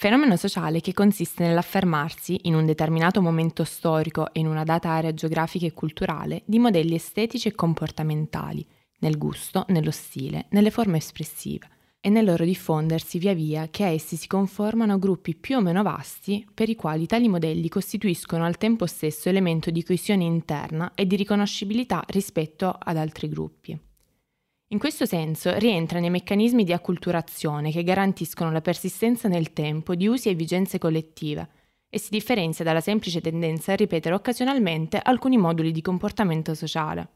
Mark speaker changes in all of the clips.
Speaker 1: fenomeno sociale che consiste nell'affermarsi, in un determinato momento storico e in una data area geografica e culturale, di modelli estetici e comportamentali, nel gusto, nello stile, nelle forme espressive, e nel loro diffondersi via via che essi si conformano a gruppi più o meno vasti, per i quali tali modelli costituiscono al tempo stesso elemento di coesione interna e di riconoscibilità rispetto ad altri gruppi. In questo senso rientra nei meccanismi di acculturazione che garantiscono la persistenza nel tempo di usi e vigenze collettive e si differenzia dalla semplice tendenza a ripetere occasionalmente alcuni moduli di comportamento sociale.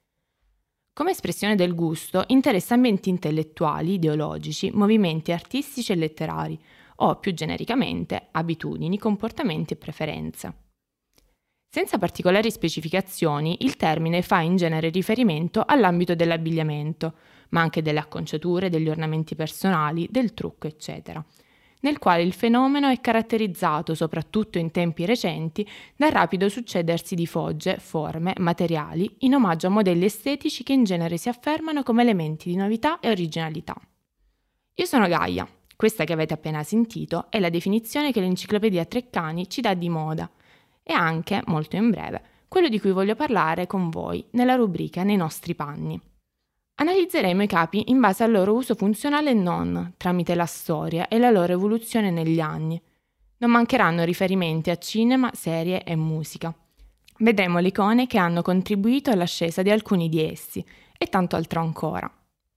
Speaker 1: Come espressione del gusto interessa ambienti intellettuali, ideologici, movimenti artistici e letterari o, più genericamente, abitudini, comportamenti e preferenze. Senza particolari specificazioni, il termine fa in genere riferimento all'ambito dell'abbigliamento, ma anche delle acconciature, degli ornamenti personali, del trucco, eccetera, nel quale il fenomeno è caratterizzato, soprattutto in tempi recenti, dal rapido succedersi di fogge, forme, materiali, in omaggio a modelli estetici che in genere si affermano come elementi di novità e originalità. Io sono Gaia, questa che avete appena sentito è la definizione che l'Enciclopedia Treccani ci dà di moda, e anche, molto in breve, quello di cui voglio parlare con voi nella rubrica Nei nostri panni. Analizzeremo i capi in base al loro uso funzionale e non, tramite la storia e la loro evoluzione negli anni. Non mancheranno riferimenti a cinema, serie e musica. Vedremo le icone che hanno contribuito all'ascesa di alcuni di essi e tanto altro ancora.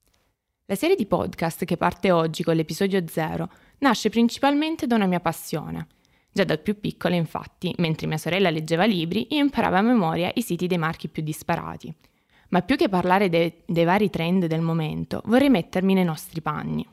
Speaker 1: La serie di podcast che parte oggi con l'episodio 0 nasce principalmente da una mia passione. Già da più piccola, infatti, mentre mia sorella leggeva libri, io imparavo a memoria i siti dei marchi più disparati. Ma più che parlare dei vari trend del momento, vorrei mettermi nei nostri panni.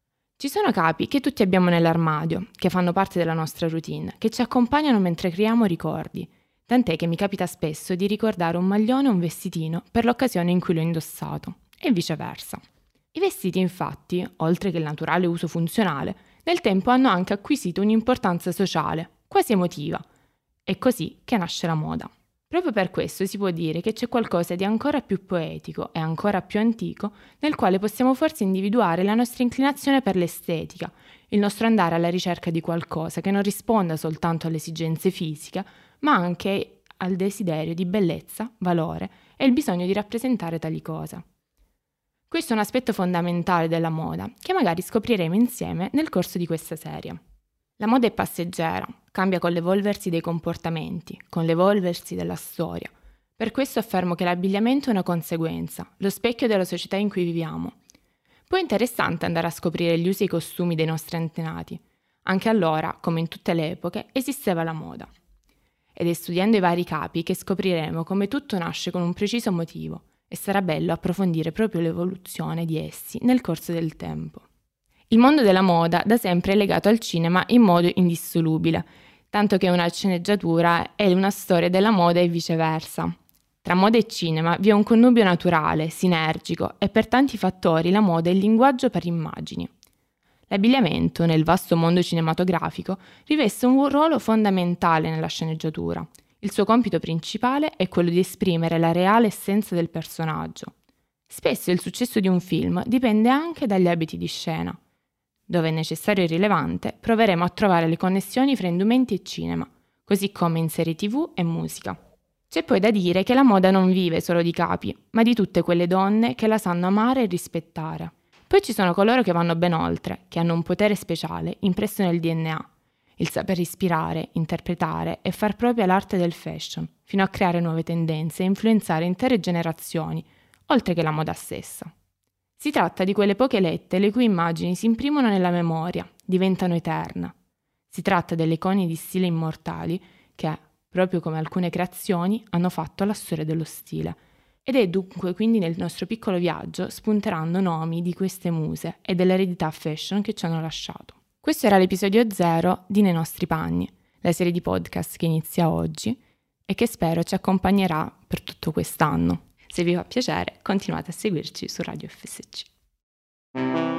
Speaker 1: Ci sono capi che tutti abbiamo nell'armadio, che fanno parte della nostra routine, che ci accompagnano mentre creiamo ricordi, tant'è che mi capita spesso di ricordare un maglione o un vestitino per l'occasione in cui l'ho indossato, e viceversa. I vestiti, infatti, oltre che il naturale uso funzionale, nel tempo hanno anche acquisito un'importanza sociale, quasi emotiva. È così che nasce la moda. Proprio per questo si può dire che c'è qualcosa di ancora più poetico e ancora più antico nel quale possiamo forse individuare la nostra inclinazione per l'estetica, il nostro andare alla ricerca di qualcosa che non risponda soltanto alle esigenze fisiche, ma anche al desiderio di bellezza, valore e il bisogno di rappresentare tali cose. Questo è un aspetto fondamentale della moda, che magari scopriremo insieme nel corso di questa serie. La moda è passeggera, cambia con l'evolversi dei comportamenti, con l'evolversi della storia. Per questo affermo che l'abbigliamento è una conseguenza, lo specchio della società in cui viviamo. Poi è interessante andare a scoprire gli usi e i costumi dei nostri antenati. Anche allora, come in tutte le epoche, esisteva la moda. Ed è studiando i vari capi che scopriremo come tutto nasce con un preciso motivo, e sarà bello approfondire proprio l'evoluzione di essi nel corso del tempo. Il mondo della moda da sempre è legato al cinema in modo indissolubile, tanto che una sceneggiatura è una storia della moda e viceversa. Tra moda e cinema vi è un connubio naturale, sinergico, e per tanti fattori la moda è il linguaggio per immagini. L'abbigliamento, nel vasto mondo cinematografico, riveste un ruolo fondamentale nella sceneggiatura. Il suo compito principale è quello di esprimere la reale essenza del personaggio. Spesso il successo di un film dipende anche dagli abiti di scena. Dove è necessario e rilevante, proveremo a trovare le connessioni fra indumenti e cinema, così come in serie TV e musica. C'è poi da dire che la moda non vive solo di capi, ma di tutte quelle donne che la sanno amare e rispettare. Poi ci sono coloro che vanno ben oltre, che hanno un potere speciale impresso nel DNA. Il saper ispirare, interpretare e far propria l'arte del fashion, fino a creare nuove tendenze e influenzare intere generazioni, oltre che la moda stessa. Si tratta di quelle poche lette le cui immagini si imprimono nella memoria, diventano eterne. Si tratta delle icone di stile immortali che, proprio come alcune creazioni, hanno fatto la storia dello stile. Ed è dunque quindi nel nostro piccolo viaggio spunteranno nomi di queste muse e dell'eredità fashion che ci hanno lasciato. Questo era l'episodio 0 di Nei nostri panni, la serie di podcast che inizia oggi e che spero ci accompagnerà per tutto quest'anno. Se vi fa piacere, continuate a seguirci su Radio FSC.